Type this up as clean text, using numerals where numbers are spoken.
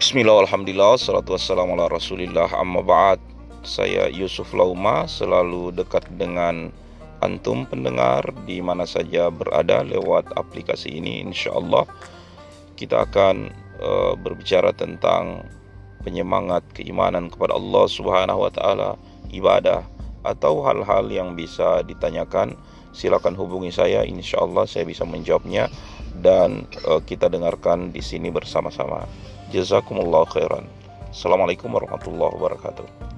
Bismillah, alhamdulillah, salatu wassalamu ala rasulillah, amma ba'd. Saya Yusuf Lauma, selalu dekat dengan antum pendengar di mana saja berada lewat aplikasi ini. InsyaAllah kita akan berbicara tentang penyemangat keimanan kepada Allah Subhanahu wa Ta'ala, ibadah, atau hal-hal yang bisa ditanyakan. Silakan hubungi saya, insyaallah saya bisa menjawabnya dan kita dengarkan di sini bersama-sama. Jazakumullah khairan. Assalamualaikum warahmatullahi wabarakatuh.